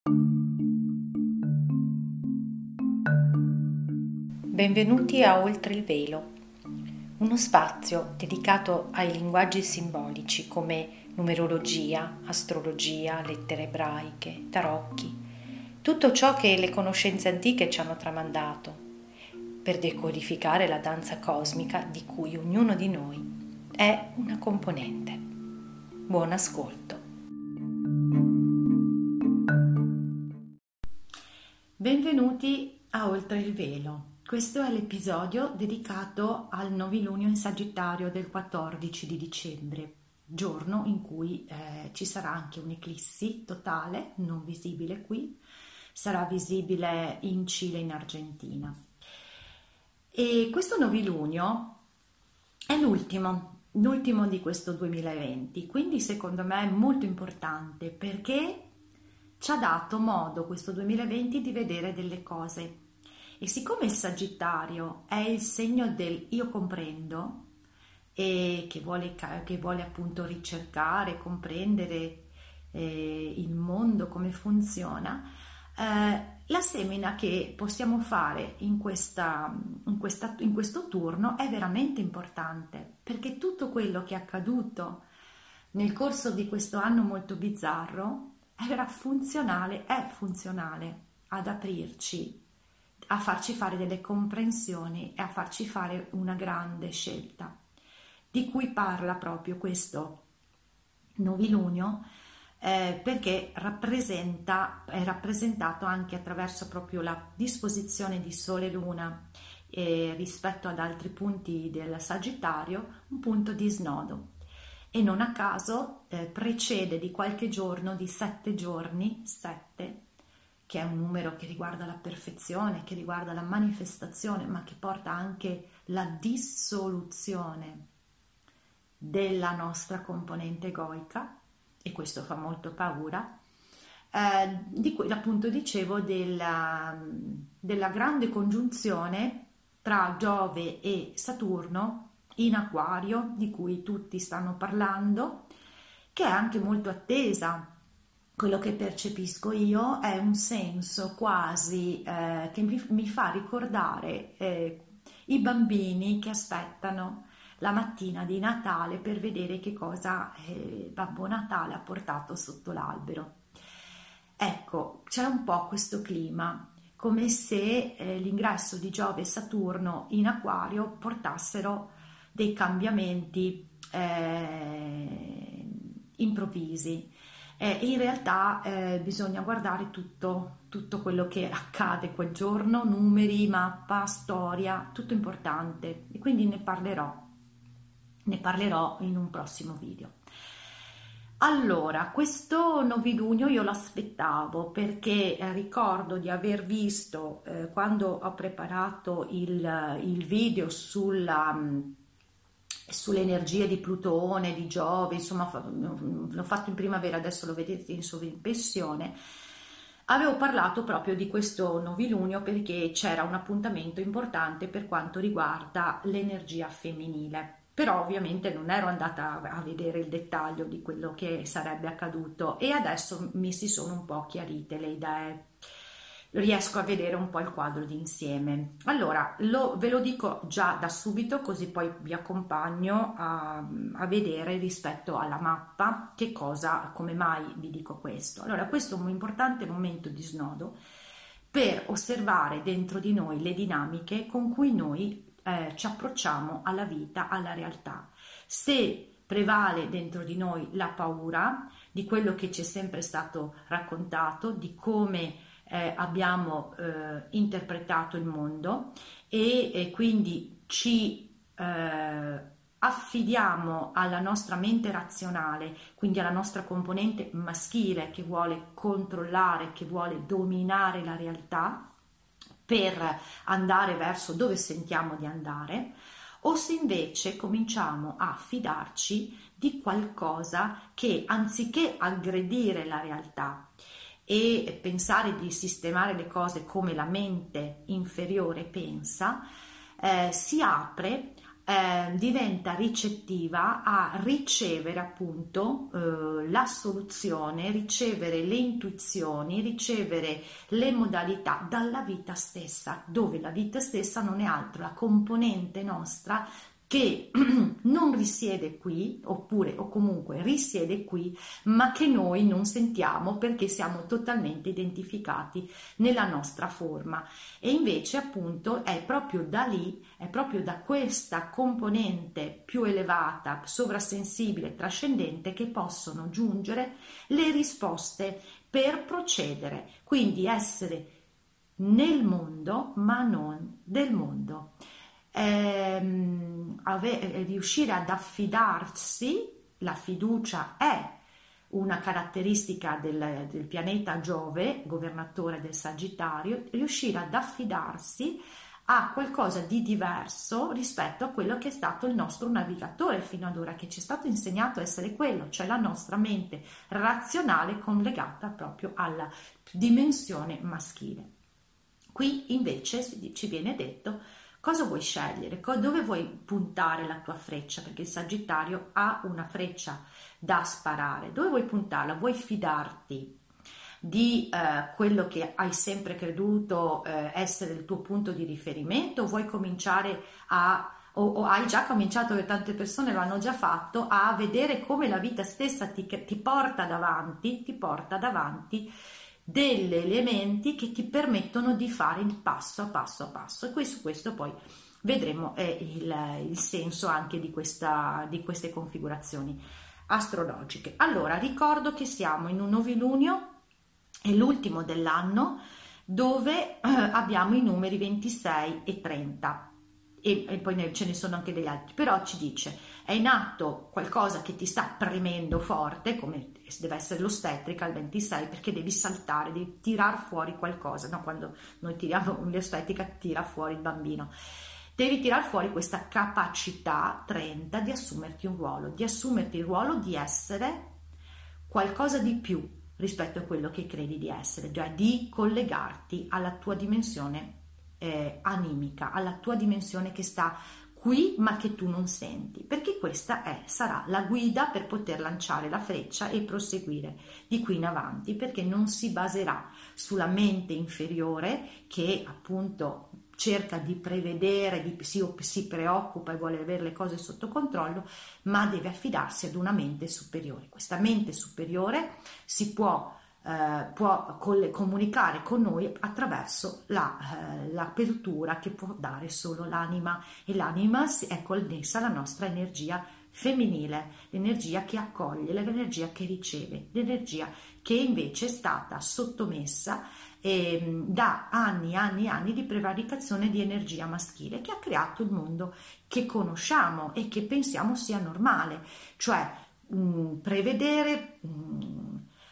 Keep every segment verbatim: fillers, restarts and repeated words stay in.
Benvenuti a Oltre il Velo, uno spazio dedicato ai linguaggi simbolici come numerologia, astrologia, lettere ebraiche, tarocchi, tutto ciò che le conoscenze antiche ci hanno tramandato, per decodificare la danza cosmica di cui ognuno di noi è una componente. Buon ascolto. Benvenuti a Oltre il Velo. Questo è l'episodio dedicato al novilunio in Sagittario del quattordici di dicembre, giorno in cui eh, ci sarà anche un'eclissi totale, non visibile qui, sarà visibile in Cile e in Argentina. E questo novilunio è l'ultimo, l'ultimo di questo duemilaventi, quindi secondo me è molto importante perché ci ha dato modo questo duemilaventi di vedere delle cose. E siccome il Sagittario è il segno del io comprendo e che vuole, che vuole appunto ricercare, comprendere eh, il mondo, come funziona, eh, la semina che possiamo fare in, questa, in, questa, in questo turno è veramente importante, perché tutto quello che è accaduto nel corso di questo anno molto bizzarro era funzionale, è funzionale ad aprirci, a farci fare delle comprensioni e a farci fare una grande scelta, di cui parla proprio questo novilunio, eh, perché rappresenta, è rappresentato anche attraverso proprio la disposizione di Sole e Luna eh, rispetto ad altri punti del Sagittario, un punto di snodo. E non a caso eh, precede di qualche giorno, di sette giorni, sette, che è un numero che riguarda la perfezione, che riguarda la manifestazione, ma che porta anche la dissoluzione della nostra componente egoica, e questo fa molto paura, eh, di cui appunto dicevo della, della grande congiunzione tra Giove e Saturno in Acquario, di cui tutti stanno parlando, che è anche molto attesa. Quello che percepisco io è un senso quasi eh, che mi, mi fa ricordare eh, i bambini che aspettano la mattina di Natale per vedere che cosa eh, Babbo Natale ha portato sotto l'albero. Ecco, c'è un po' questo clima, come se eh, l'ingresso di Giove e Saturno in Acquario portassero dei cambiamenti eh, improvvisi. Eh, in realtà eh, bisogna guardare tutto, tutto quello che accade quel giorno, numeri, mappa, storia, tutto importante, e quindi ne parlerò, ne parlerò in un prossimo video. Allora, questo novilunio io l'aspettavo perché eh, ricordo di aver visto eh, quando ho preparato il, il video sulla... Mh, sulle energie di Plutone, di Giove, insomma l'ho fatto in primavera, adesso lo vedete in sovrimpressione. Avevo parlato proprio di questo novilunio perché c'era un appuntamento importante per quanto riguarda l'energia femminile, però ovviamente non ero andata a vedere il dettaglio di quello che sarebbe accaduto e adesso mi si sono un po' chiarite le idee, riesco a vedere un po' il quadro d'insieme. Allora, lo, ve lo dico già da subito, così poi vi accompagno a, a vedere rispetto alla mappa che cosa, come mai vi dico questo. Allora, questo è un importante momento di snodo per osservare dentro di noi le dinamiche con cui noi eh, ci approcciamo alla vita, alla realtà. Se prevale dentro di noi la paura di quello che ci è sempre stato raccontato, di come Eh, abbiamo eh, interpretato il mondo e, e quindi ci eh, affidiamo alla nostra mente razionale, quindi alla nostra componente maschile che vuole controllare, che vuole dominare la realtà per andare verso dove sentiamo di andare, o se invece cominciamo a fidarci di qualcosa che anziché aggredire la realtà e pensare di sistemare le cose come la mente inferiore pensa, eh, si apre eh, diventa ricettiva a ricevere appunto eh, la soluzione, ricevere le intuizioni, ricevere le modalità dalla vita stessa, dove la vita stessa non è altro la componente nostra che non risiede qui, oppure o comunque risiede qui, ma che noi non sentiamo perché siamo totalmente identificati nella nostra forma. E invece appunto è proprio da lì, è proprio da questa componente più elevata, sovrasensibile, trascendente, che possono giungere le risposte per procedere, quindi essere nel mondo ma non del mondo. Ehm, ave- riuscire ad affidarsi, la fiducia è una caratteristica del, del pianeta Giove, governatore del Sagittario, riuscire ad affidarsi a qualcosa di diverso rispetto a quello che è stato il nostro navigatore fino ad ora, che ci è stato insegnato a essere quello, cioè la nostra mente razionale collegata proprio alla dimensione maschile. Qui invece ci viene detto cosa vuoi scegliere, dove vuoi puntare la tua freccia, perché il Sagittario ha una freccia da sparare, dove vuoi puntarla? Vuoi fidarti di eh, quello che hai sempre creduto eh, essere il tuo punto di riferimento, o vuoi cominciare a o, o hai già cominciato, che tante persone lo hanno già fatto, a vedere come la vita stessa ti, ti porta davanti, ti porta davanti degli elementi che ti permettono di fare il passo a passo a passo, e questo, questo poi vedremo è il, il senso anche di, questa, di queste configurazioni astrologiche. Allora, ricordo che siamo in un novilunio, è l'ultimo dell'anno, dove eh, abbiamo i numeri ventisei e trenta. E, e poi ce ne sono anche degli altri, però ci dice è in atto qualcosa che ti sta premendo forte, come deve essere l'ostetrica al ventisei, perché devi saltare, devi tirar fuori qualcosa, no? Quando noi tiriamo l'ostetrica tira fuori il bambino, devi tirar fuori questa capacità trenta di assumerti un ruolo, di assumerti il ruolo di essere qualcosa di più rispetto a quello che credi di essere, cioè di collegarti alla tua dimensione Eh, animica, alla tua dimensione che sta qui ma che tu non senti, perché questa è, sarà la guida per poter lanciare la freccia e proseguire di qui in avanti, perché non si baserà sulla mente inferiore che appunto cerca di prevedere, di, si, si preoccupa e vuole avere le cose sotto controllo, ma deve affidarsi ad una mente superiore. Questa mente superiore si può Eh, può comunicare con noi attraverso la, eh, l'apertura che può dare solo l'anima, e l'anima è connessa alla nostra energia femminile, l'energia che accoglie, l'energia che riceve, l'energia che invece è stata sottomessa eh, da anni, anni, anni di prevaricazione di energia maschile, che ha creato il mondo che conosciamo e che pensiamo sia normale, cioè mh, prevedere mh,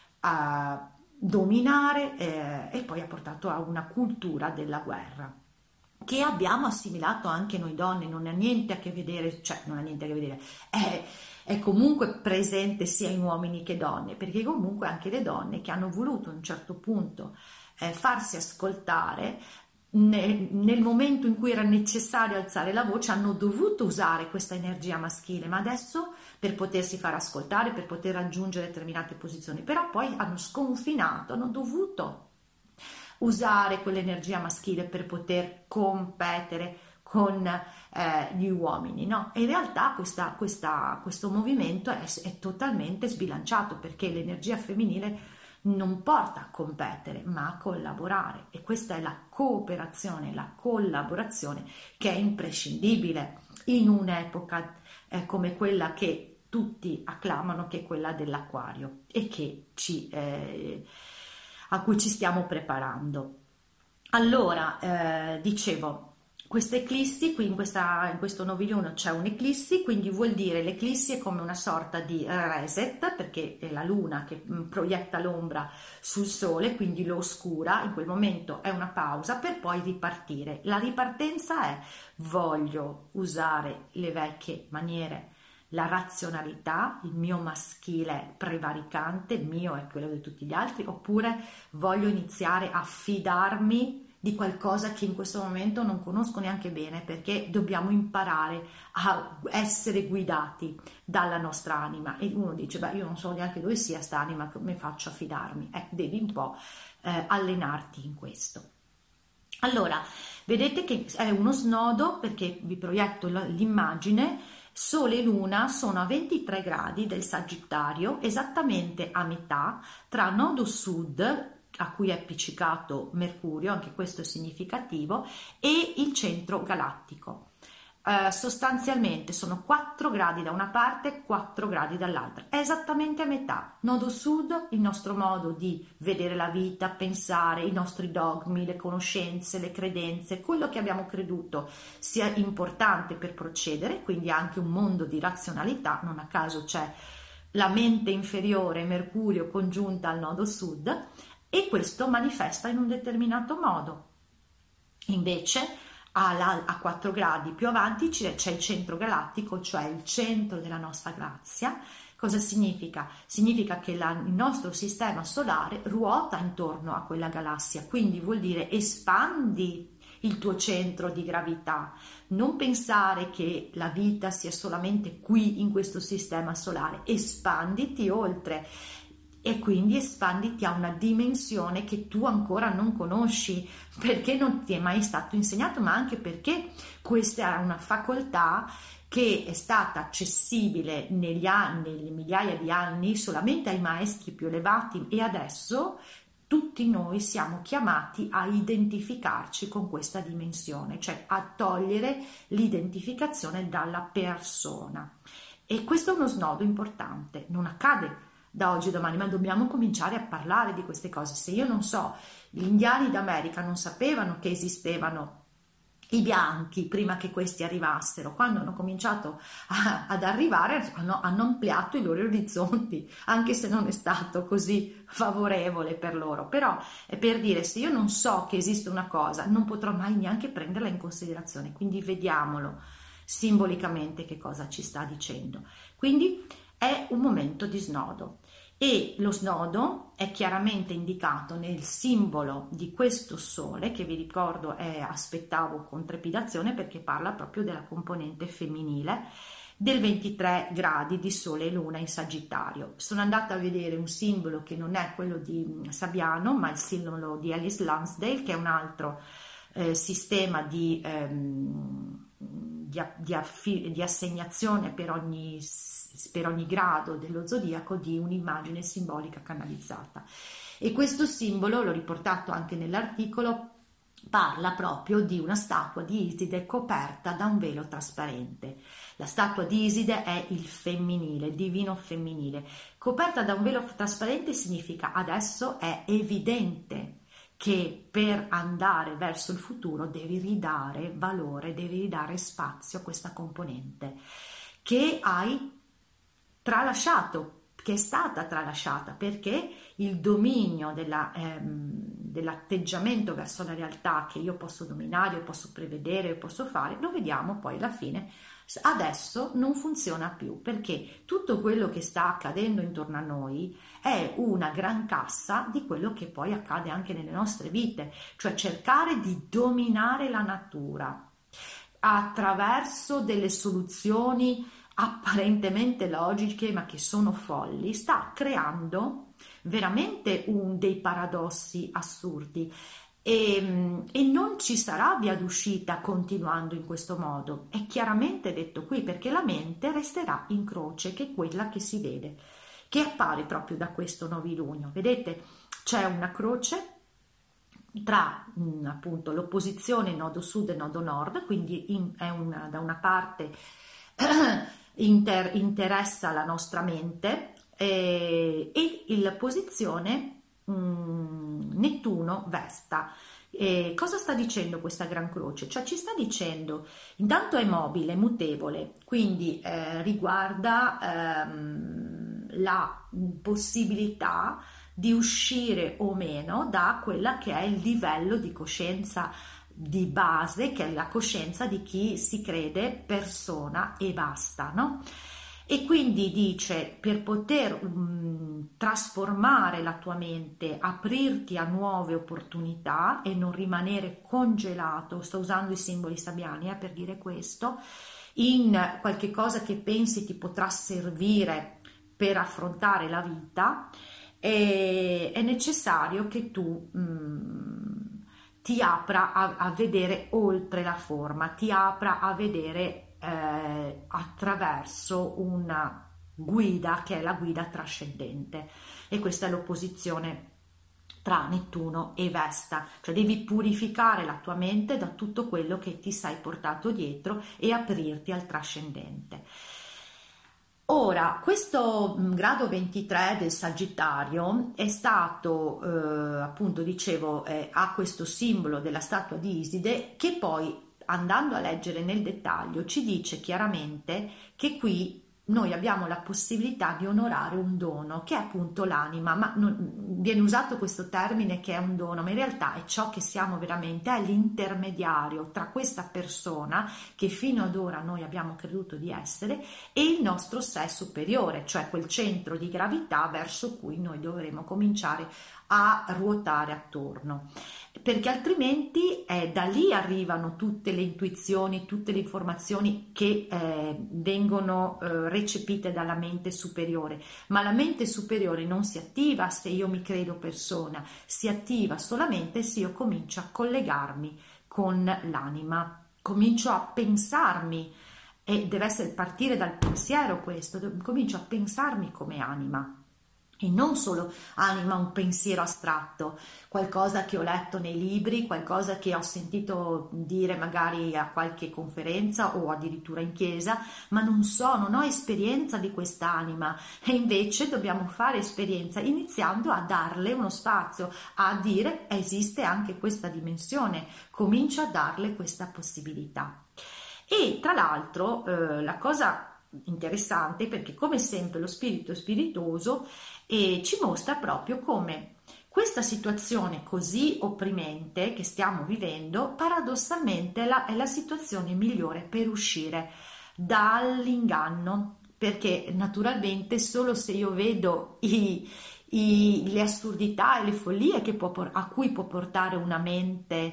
a dominare eh, e poi ha portato a una cultura della guerra che abbiamo assimilato anche noi donne. Non ha niente a che vedere, cioè non ha niente a che vedere, è, è comunque presente sia in uomini che donne, perché comunque anche le donne che hanno voluto a un certo punto eh, farsi ascoltare nel, nel momento in cui era necessario alzare la voce, hanno dovuto usare questa energia maschile, ma adesso per potersi far ascoltare, per poter raggiungere determinate posizioni, però poi hanno sconfinato, hanno dovuto usare quell'energia maschile per poter competere con eh, gli uomini, no? E in realtà questa, questa, questo movimento è, è totalmente sbilanciato, perché l'energia femminile non porta a competere ma a collaborare, e questa è la cooperazione, la collaborazione che è imprescindibile in un'epoca eh, come quella che tutti acclamano, che è quella dell'Acquario, e che ci, eh, a cui ci stiamo preparando. Allora, eh, dicevo, questa eclissi, qui in, questa, in questo novilunio c'è un'eclissi, quindi vuol dire l'eclissi è come una sorta di reset, perché è la luna che proietta l'ombra sul sole, quindi lo oscura, in quel momento è una pausa per poi ripartire. La ripartenza è: voglio usare le vecchie maniere, la razionalità, il mio maschile prevaricante, il mio e quello di tutti gli altri, oppure voglio iniziare a fidarmi di qualcosa che in questo momento non conosco neanche bene, perché dobbiamo imparare a essere guidati dalla nostra anima. E uno dice, beh, io non so neanche dove sia sta anima, come faccio a fidarmi? Eh, devi un po' eh, allenarti in questo. Allora, vedete che è uno snodo, perché vi proietto l'immagine. Sole e Luna sono a ventitré gradi del Sagittario, esattamente a metà tra nodo sud, a cui è appiccicato Mercurio, anche questo è significativo, e il centro galattico. Eh, sostanzialmente sono quattro gradi da una parte e quattro gradi dall'altra, è esattamente a metà. Nodo sud, il nostro modo di vedere la vita, pensare, i nostri dogmi, le conoscenze, le credenze, quello che abbiamo creduto sia importante per procedere, quindi anche un mondo di razionalità. Non a caso c'è la mente inferiore, Mercurio, congiunta al nodo sud, e questo manifesta in un determinato modo. Invece a quattro gradi più avanti c'è il centro galattico, cioè il centro della nostra grazia. Cosa significa? Significa che la, il nostro sistema solare ruota intorno a quella galassia, quindi vuol dire espandi il tuo centro di gravità. Non pensare che la vita sia solamente qui in questo sistema solare, espanditi oltre. E quindi espanditi a una dimensione che tu ancora non conosci, perché non ti è mai stato insegnato, ma anche perché questa è una facoltà che è stata accessibile negli anni, nelle migliaia di anni, solamente ai maestri più elevati, e adesso tutti noi siamo chiamati a identificarci con questa dimensione, cioè a togliere l'identificazione dalla persona. E questo è uno snodo importante, non accade da oggi a domani, ma dobbiamo cominciare a parlare di queste cose. Se io non so, gli indiani d'America non sapevano che esistevano i bianchi prima che questi arrivassero. Quando hanno cominciato a, ad arrivare hanno, hanno ampliato i loro orizzonti, anche se non è stato così favorevole per loro. Però è per dire, se io non so che esiste una cosa, non potrò mai neanche prenderla in considerazione, quindi vediamolo simbolicamente che cosa ci sta dicendo. Quindi è un momento di snodo, e lo snodo è chiaramente indicato nel simbolo di questo sole, che vi ricordo è, aspettavo con trepidazione, perché parla proprio della componente femminile, del ventitré gradi di Sole e Luna in Sagittario. Sono andata a vedere un simbolo che non è quello di Sabiano, ma il simbolo di Alice Lansdale, che è un altro eh, sistema di... Ehm, Di, di, affi, di assegnazione per ogni, per ogni grado dello zodiaco di un'immagine simbolica canalizzata. E questo simbolo, l'ho riportato anche nell'articolo, parla proprio di una statua di Iside coperta da un velo trasparente. La statua di Iside è il femminile, il divino femminile. Coperta da un velo trasparente significa adesso è evidente che per andare verso il futuro devi ridare valore, devi ridare spazio a questa componente che hai tralasciato, che è stata tralasciata, perché il dominio della, ehm, dell'atteggiamento verso la realtà che io posso dominare, io posso prevedere, io posso fare, lo vediamo poi alla fine. Adesso non funziona più, perché tutto quello che sta accadendo intorno a noi è una gran cassa di quello che poi accade anche nelle nostre vite, cioè cercare di dominare la natura attraverso delle soluzioni apparentemente logiche ma che sono folli, sta creando veramente un, dei paradossi assurdi. E, e non ci sarà via d'uscita continuando in questo modo, è chiaramente detto qui, perché la mente resterà in croce, che è quella che si vede, che appare proprio da questo novilunio. Vedete, c'è una croce tra mh, appunto l'opposizione nodo sud e nodo nord, quindi in, è una, da una parte inter, interessa la nostra mente eh, e la posizione Nettuno Vesta. Eh, cosa sta dicendo questa gran croce? Cioè ci sta dicendo, intanto è mobile, mutevole, quindi eh, riguarda ehm, la possibilità di uscire o meno da quella che è il livello di coscienza di base, che è la coscienza di chi si crede persona e basta, no? E quindi dice, per poter um, trasformare la tua mente, aprirti a nuove opportunità e non rimanere congelato, sto usando i simboli sabbiani eh, per dire questo, in qualche cosa che pensi ti potrà servire per affrontare la vita, e è necessario che tu mh, ti apra a, a vedere oltre la forma, ti apra a vedere eh, attraverso una guida che è la guida trascendente, e questa è l'opposizione tra Nettuno e Vesta, cioè devi purificare la tua mente da tutto quello che ti sei portato dietro e aprirti al trascendente. Ora, questo grado ventitré del Sagittario è stato, eh, appunto, dicevo, eh, ha questo simbolo della statua di Iside, che poi, andando a leggere nel dettaglio, ci dice chiaramente che qui noi abbiamo la possibilità di onorare un dono, che è appunto l'anima, ma non, viene usato questo termine che è un dono, ma in realtà è ciò che siamo veramente, è l'intermediario tra questa persona che fino ad ora noi abbiamo creduto di essere e il nostro sé superiore, cioè quel centro di gravità verso cui noi dovremo cominciare a ruotare attorno, perché altrimenti eh, da lì arrivano tutte le intuizioni, tutte le informazioni che eh, vengono eh, recepite dalla mente superiore, ma la mente superiore non si attiva se io mi credo persona, si attiva solamente se io comincio a collegarmi con l'anima, comincio a pensarmi, e deve essere partire dal pensiero questo, comincio a pensarmi come anima. E non solo anima un pensiero astratto, qualcosa che ho letto nei libri, qualcosa che ho sentito dire magari a qualche conferenza o addirittura in chiesa, ma non so, non ho esperienza di quest'anima, e invece dobbiamo fare esperienza iniziando a darle uno spazio, a dire esiste anche questa dimensione, comincio a darle questa possibilità. E tra l'altro eh, la cosa interessante, perché come sempre lo spirito spiritoso e ci mostra proprio come questa situazione così opprimente che stiamo vivendo paradossalmente la, è la situazione migliore per uscire dall'inganno, perché naturalmente solo se io vedo i, i, le assurdità e le follie che può, a cui può portare una mente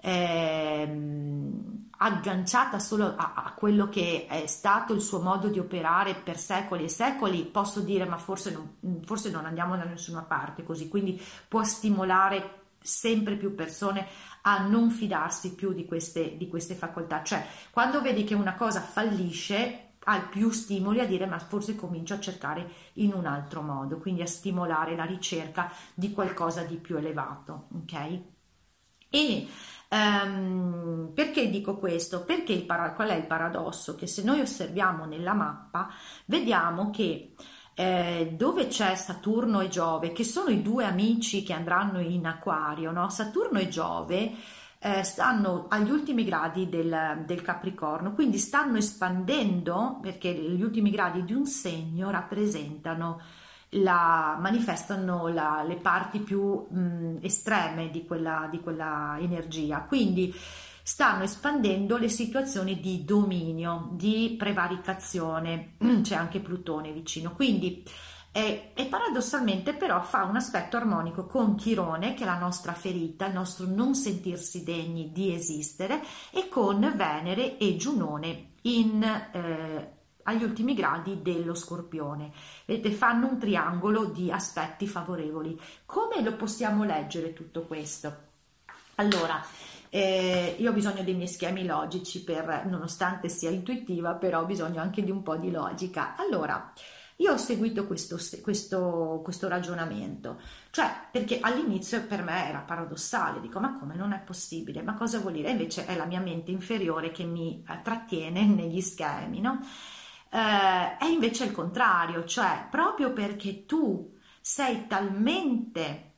ehm, agganciata solo a, a quello che è stato il suo modo di operare per secoli e secoli, posso dire ma forse non, forse non andiamo da nessuna parte così, quindi può stimolare sempre più persone a non fidarsi più di queste, di queste facoltà, cioè quando vedi che una cosa fallisce hai più stimoli a dire ma forse comincio a cercare in un altro modo, quindi a stimolare la ricerca di qualcosa di più elevato, ok? E Um, perché dico questo? Perché il para- qual è il paradosso? Che se noi osserviamo nella mappa vediamo che eh, dove c'è Saturno e Giove, che sono i due amici che andranno in Acquario, no? Saturno e Giove eh, stanno agli ultimi gradi del, del Capricorno, quindi stanno espandendo, perché gli ultimi gradi di un segno rappresentano la, manifestano la, le parti più mh, estreme di quella, di quella energia, quindi stanno espandendo le situazioni di dominio, di prevaricazione, c'è anche Plutone vicino, quindi e, e paradossalmente però fa un aspetto armonico con Chirone, che è la nostra ferita, il nostro non sentirsi degni di esistere, e con Venere e Giunone in eh, agli ultimi gradi dello Scorpione. Vedete, fanno un triangolo di aspetti favorevoli. Come lo possiamo leggere tutto questo? Allora, eh, io ho bisogno dei miei schemi logici per, nonostante sia intuitiva, però ho bisogno anche di un po' di logica. Allora, io ho seguito questo, questo, questo ragionamento, cioè perché all'inizio per me era paradossale, dico ma come, non è possibile, ma cosa vuol dire? E invece è la mia mente inferiore che mi eh, trattiene negli schemi, no? Eh, è invece il contrario, cioè proprio perché tu sei talmente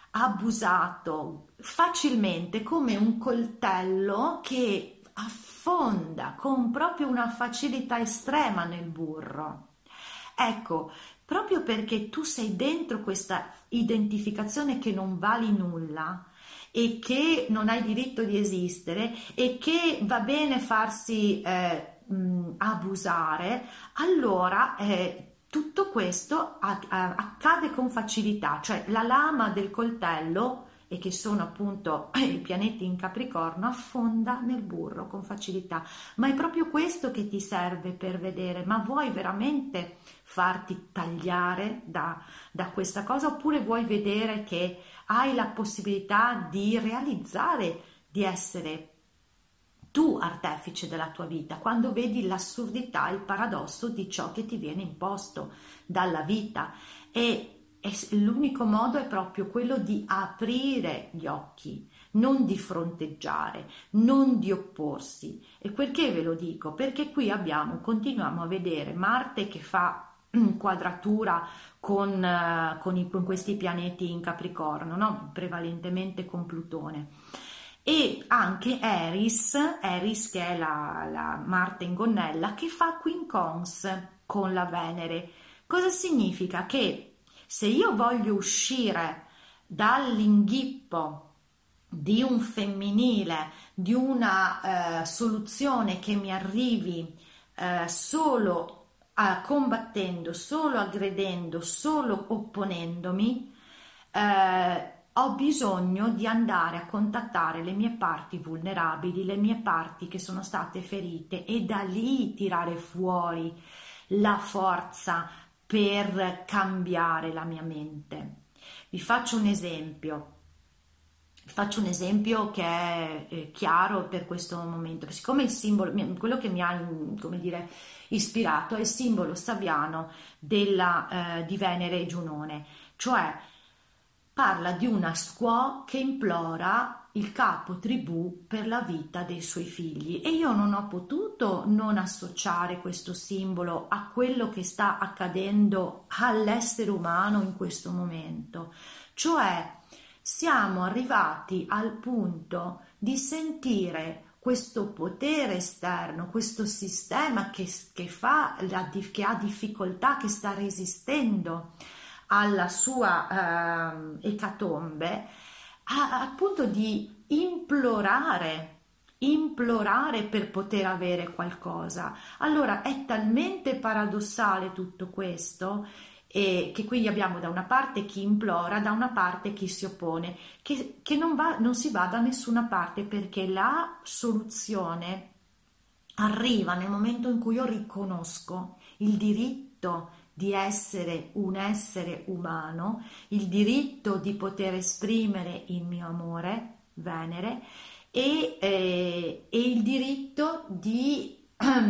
abusato facilmente come un coltello che affonda con proprio una facilità estrema nel burro. Ecco, proprio perché tu sei dentro questa identificazione che non vali nulla e che non hai diritto di esistere e che va bene farsi eh, mh, abusare, allora eh, tutto questo a- a- accade con facilità, cioè la lama del coltello, e che sono appunto i pianeti in Capricorno, affonda nel burro con facilità. Ma è proprio questo che ti serve per vedere, ma vuoi veramente farti tagliare da, da questa cosa, oppure vuoi vedere che hai la possibilità di realizzare, di essere tu artefice della tua vita, quando vedi l'assurdità, il paradosso di ciò che ti viene imposto dalla vita. E, e l'unico modo è proprio quello di aprire gli occhi, non di fronteggiare, non di opporsi. E perché ve lo dico? Perché qui abbiamo, continuiamo a vedere Marte che fa quadratura con, eh, con, i- con questi pianeti in Capricorno, no? Prevalentemente con Plutone. E anche Eris, Eris che è la, la Marte in gonnella, che fa quincons con la Venere. Cosa significa? Che se io voglio uscire dall'inghippo di un femminile, di una eh, soluzione che mi arrivi eh, solo eh, combattendo, solo aggredendo, solo opponendomi, eh, ho bisogno di andare a contattare le mie parti vulnerabili, le mie parti che sono state ferite, e da lì tirare fuori la forza per cambiare la mia mente. Vi faccio un esempio. Faccio un esempio che è eh, chiaro per questo momento. Siccome il simbolo, mi- quello che mi ha, in- come dire, ispirato è il simbolo sabbiano della, eh, di Venere e Giunone, cioè parla di una scuola che implora il capo tribù per la vita dei suoi figli, e io non ho potuto non associare questo simbolo a quello che sta accadendo all'essere umano in questo momento, cioè siamo arrivati al punto di sentire questo potere esterno, questo sistema che, che fa la, che ha difficoltà, che sta resistendo alla sua eh, ecatombe, a- al punto di implorare, implorare per poter avere qualcosa. Allora è talmente paradossale tutto questo, e che quindi abbiamo da una parte chi implora, da una parte chi si oppone, che, che non va, non si va da nessuna parte, perché la soluzione arriva nel momento in cui io riconosco il diritto di essere un essere umano, il diritto di poter esprimere il mio amore, Venere, e, eh, e il diritto di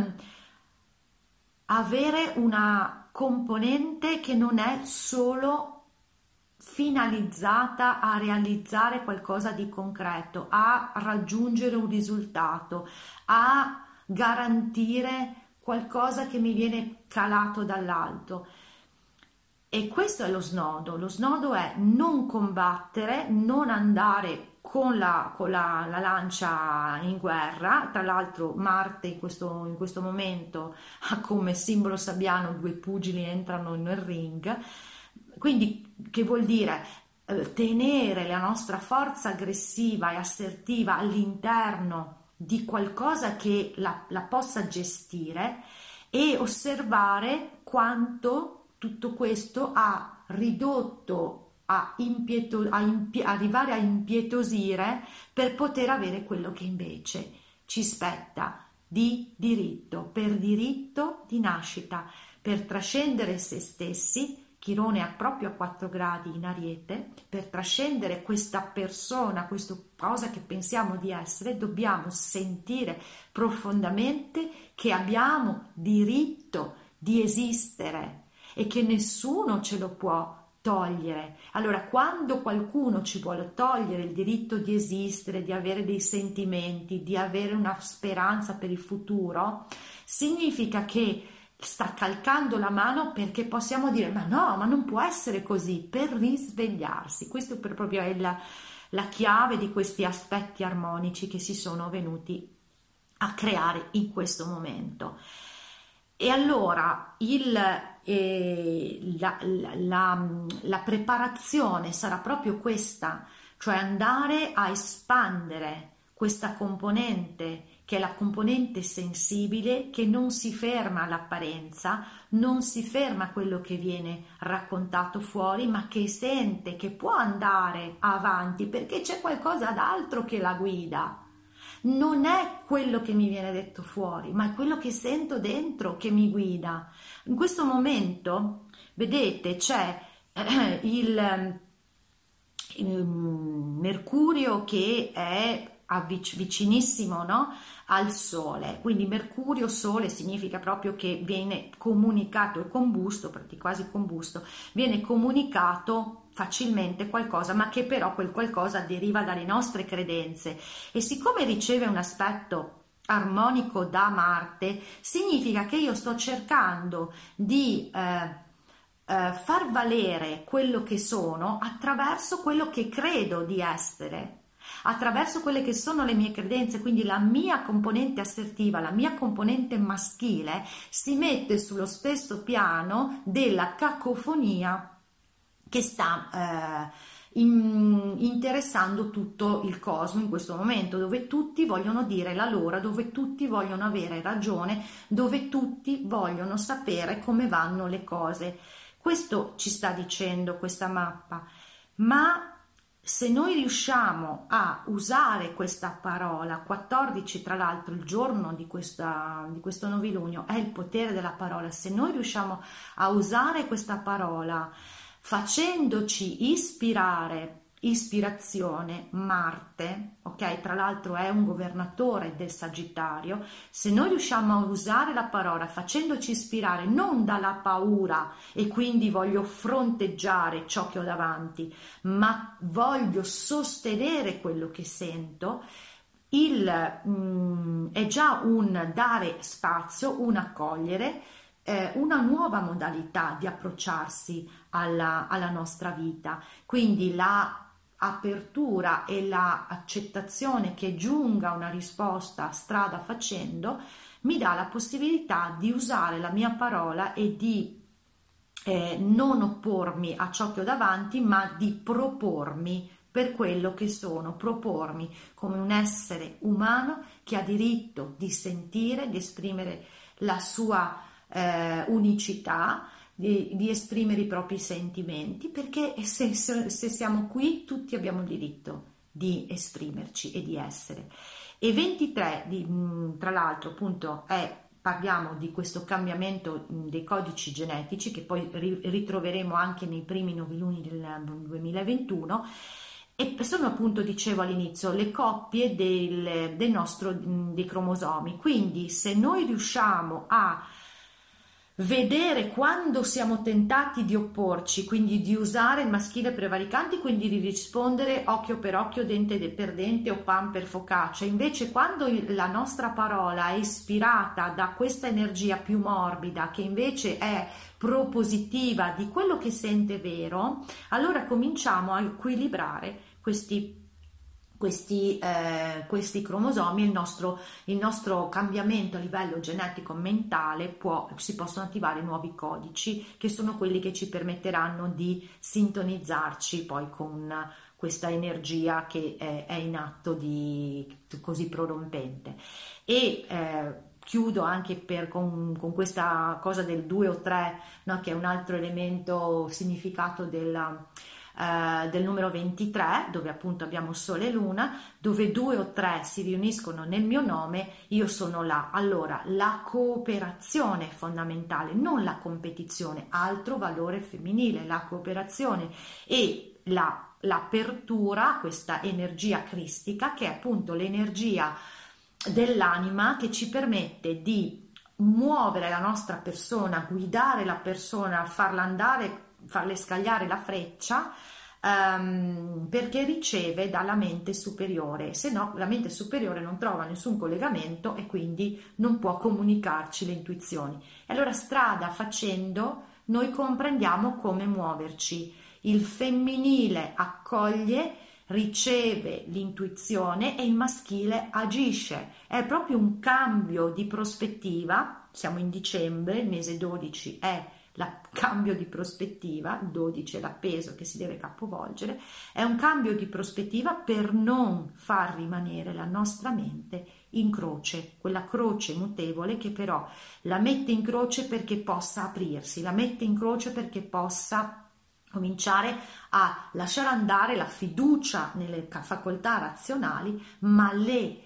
avere una componente che non è solo finalizzata a realizzare qualcosa di concreto, a raggiungere un risultato, a garantire qualcosa che mi viene calato dall'alto. E questo è lo snodo. Lo snodo è non combattere, non andare con la, con la, la lancia in guerra. Tra l'altro Marte in questo, in questo momento ha come simbolo sabbiano due pugili entrano nel ring. Quindi che vuol dire eh, tenere la nostra forza aggressiva e assertiva all'interno di qualcosa che la, la possa gestire, e osservare quanto tutto questo ha ridotto a, impieto, a impie, arrivare a impietosire per poter avere quello che invece ci spetta di diritto, per diritto di nascita, per trascendere se stessi. Chirone ha proprio a quattro gradi in Ariete, per trascendere questa persona, questa cosa che pensiamo di essere, dobbiamo sentire profondamente che abbiamo diritto di esistere e che nessuno ce lo può togliere. Allora, quando qualcuno ci vuole togliere il diritto di esistere, di avere dei sentimenti, di avere una speranza per il futuro, significa che sta calcando la mano, perché possiamo dire ma no, ma non può essere così, per risvegliarsi. Questo per proprio è la, la chiave di questi aspetti armonici che si sono venuti a creare in questo momento. E allora il, eh, la, la, la, la preparazione sarà proprio questa, cioè andare a espandere questa componente che è la componente sensibile che non si ferma all'apparenza, non si ferma a quello che viene raccontato fuori, ma che sente che può andare avanti perché c'è qualcosa d'altro che la guida. Non è quello che mi viene detto fuori, ma è quello che sento dentro che mi guida. In questo momento, vedete, c'è eh, il, il Mercurio che è avvic- vicinissimo, no? Al Sole, quindi Mercurio Sole significa proprio che viene comunicato e combusto, quasi combusto, viene comunicato facilmente qualcosa, ma che però quel qualcosa deriva dalle nostre credenze, e siccome riceve un aspetto armonico da Marte, significa che io sto cercando di eh, eh, far valere quello che sono attraverso quello che credo di essere, attraverso quelle che sono le mie credenze. Quindi la mia componente assertiva, la mia componente maschile si mette sullo stesso piano della cacofonia che sta eh, in, interessando tutto il cosmo in questo momento, dove tutti vogliono dire la loro, dove tutti vogliono avere ragione, dove tutti vogliono sapere come vanno le cose. Questo ci sta dicendo questa mappa, ma se noi riusciamo a usare questa parola, quattordici tra l'altro il giorno di, questa, di questo novilunio è il potere della parola, se noi riusciamo a usare questa parola facendoci ispirare, ispirazione, Marte, ok? Tra l'altro è un governatore del Sagittario, se noi riusciamo a usare la parola facendoci ispirare non dalla paura e quindi voglio fronteggiare ciò che ho davanti, ma voglio sostenere quello che sento, il, mm, è già un dare spazio, un accogliere, eh, una nuova modalità di approcciarsi alla, alla nostra vita. Quindi la apertura e la accettazione che giunga una risposta strada facendo mi dà la possibilità di usare la mia parola e di eh, non oppormi a ciò che ho davanti, ma di propormi per quello che sono, propormi come un essere umano che ha diritto di sentire, di esprimere la sua eh, unicità, Di, di esprimere i propri sentimenti, perché se, se, se siamo qui tutti abbiamo il diritto di esprimerci e di essere. E ventitré di, tra l'altro appunto è, parliamo di questo cambiamento dei codici genetici che poi ri, ritroveremo anche nei primi noviluni del duemilaventuno, e sono appunto, dicevo all'inizio, le coppie del, del nostro, dei cromosomi. Quindi se noi riusciamo a vedere quando siamo tentati di opporci, quindi di usare il maschile prevaricante, quindi di rispondere occhio per occhio, dente per dente o pan per focaccia, invece quando la nostra parola è ispirata da questa energia più morbida, che invece è propositiva di quello che sente vero, allora cominciamo a equilibrare questi Questi, eh, questi cromosomi, il nostro, il nostro cambiamento a livello genetico mentale, può, si possono attivare nuovi codici che sono quelli che ci permetteranno di sintonizzarci poi con questa energia che è, è in atto di, così prorompente. E eh, chiudo anche per, con, con questa cosa del due o tre, no, che è un altro elemento significato della Uh, del numero ventitré, dove appunto abbiamo Sole e Luna, dove due o tre si riuniscono nel mio nome, io sono là. Allora la cooperazione è fondamentale, non la competizione, altro valore femminile, la cooperazione e la, l'apertura, questa energia cristica che è appunto l'energia dell'anima che ci permette di muovere la nostra persona, guidare la persona, farla andare, farle scagliare la freccia, um, perché riceve dalla mente superiore, se no la mente superiore non trova nessun collegamento e quindi non può comunicarci le intuizioni. E allora strada facendo noi comprendiamo come muoverci. Il femminile accoglie, riceve l'intuizione e il maschile agisce. È proprio un cambio di prospettiva. Siamo in dicembre, il mese dodici è il cambio di prospettiva, dodici è l'appeso che si deve capovolgere, è un cambio di prospettiva per non far rimanere la nostra mente in croce, quella croce mutevole che però la mette in croce perché possa aprirsi, la mette in croce perché possa cominciare a lasciare andare la fiducia nelle facoltà razionali, ma le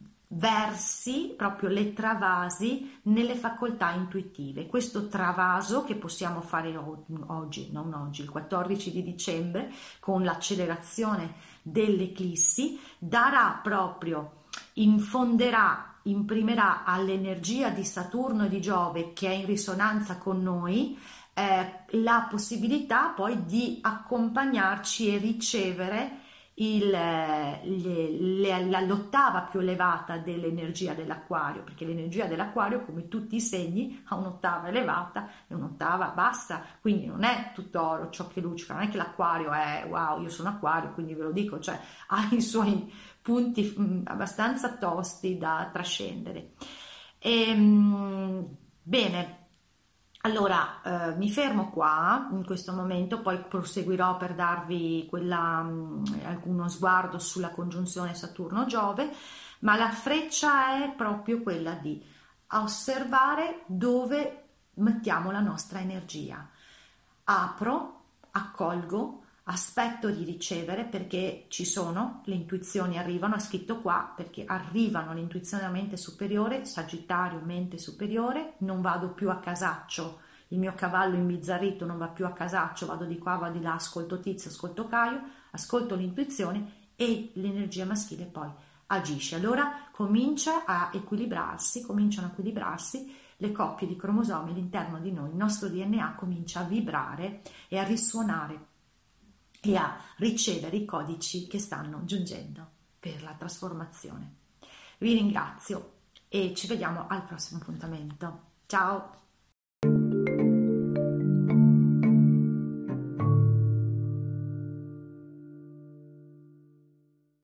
versi, proprio le travasi nelle facoltà intuitive. Questo travaso che possiamo fare oggi, non oggi, il quattordici di dicembre, con l'accelerazione dell'eclissi, darà proprio, infonderà, imprimerà all'energia di Saturno e di Giove che è in risonanza con noi eh, la possibilità poi di accompagnarci e ricevere Il, le, le, la, l'ottava più elevata dell'energia dell'acquario, perché l'energia dell'acquario, come tutti i segni, ha un'ottava elevata e un'ottava bassa, quindi non è tutto oro ciò che luccica, non è che l'acquario è wow, io sono acquario quindi ve lo dico, cioè ha i suoi punti mh, abbastanza tosti da trascendere. E, mh, bene. Allora, eh, mi fermo qua in questo momento, poi proseguirò per darvi quella, mh, alcuno sguardo sulla congiunzione Saturno-Giove, ma la freccia è proprio quella di osservare dove mettiamo la nostra energia. Apro, accolgo, aspetto di ricevere perché ci sono, le intuizioni arrivano, è scritto qua perché arrivano le intuizioni della mente superiore, Sagittario, mente superiore, non vado più a casaccio, il mio cavallo imbizzarrito non va più a casaccio, vado di qua, vado di là, ascolto Tizio, ascolto Caio, ascolto l'intuizione e l'energia maschile poi agisce. Allora comincia a equilibrarsi, cominciano a equilibrarsi le coppie di cromosomi all'interno di noi, il nostro D N A comincia a vibrare e a risuonare e a ricevere i codici che stanno giungendo per la trasformazione. Vi ringrazio e ci vediamo al prossimo appuntamento. Ciao!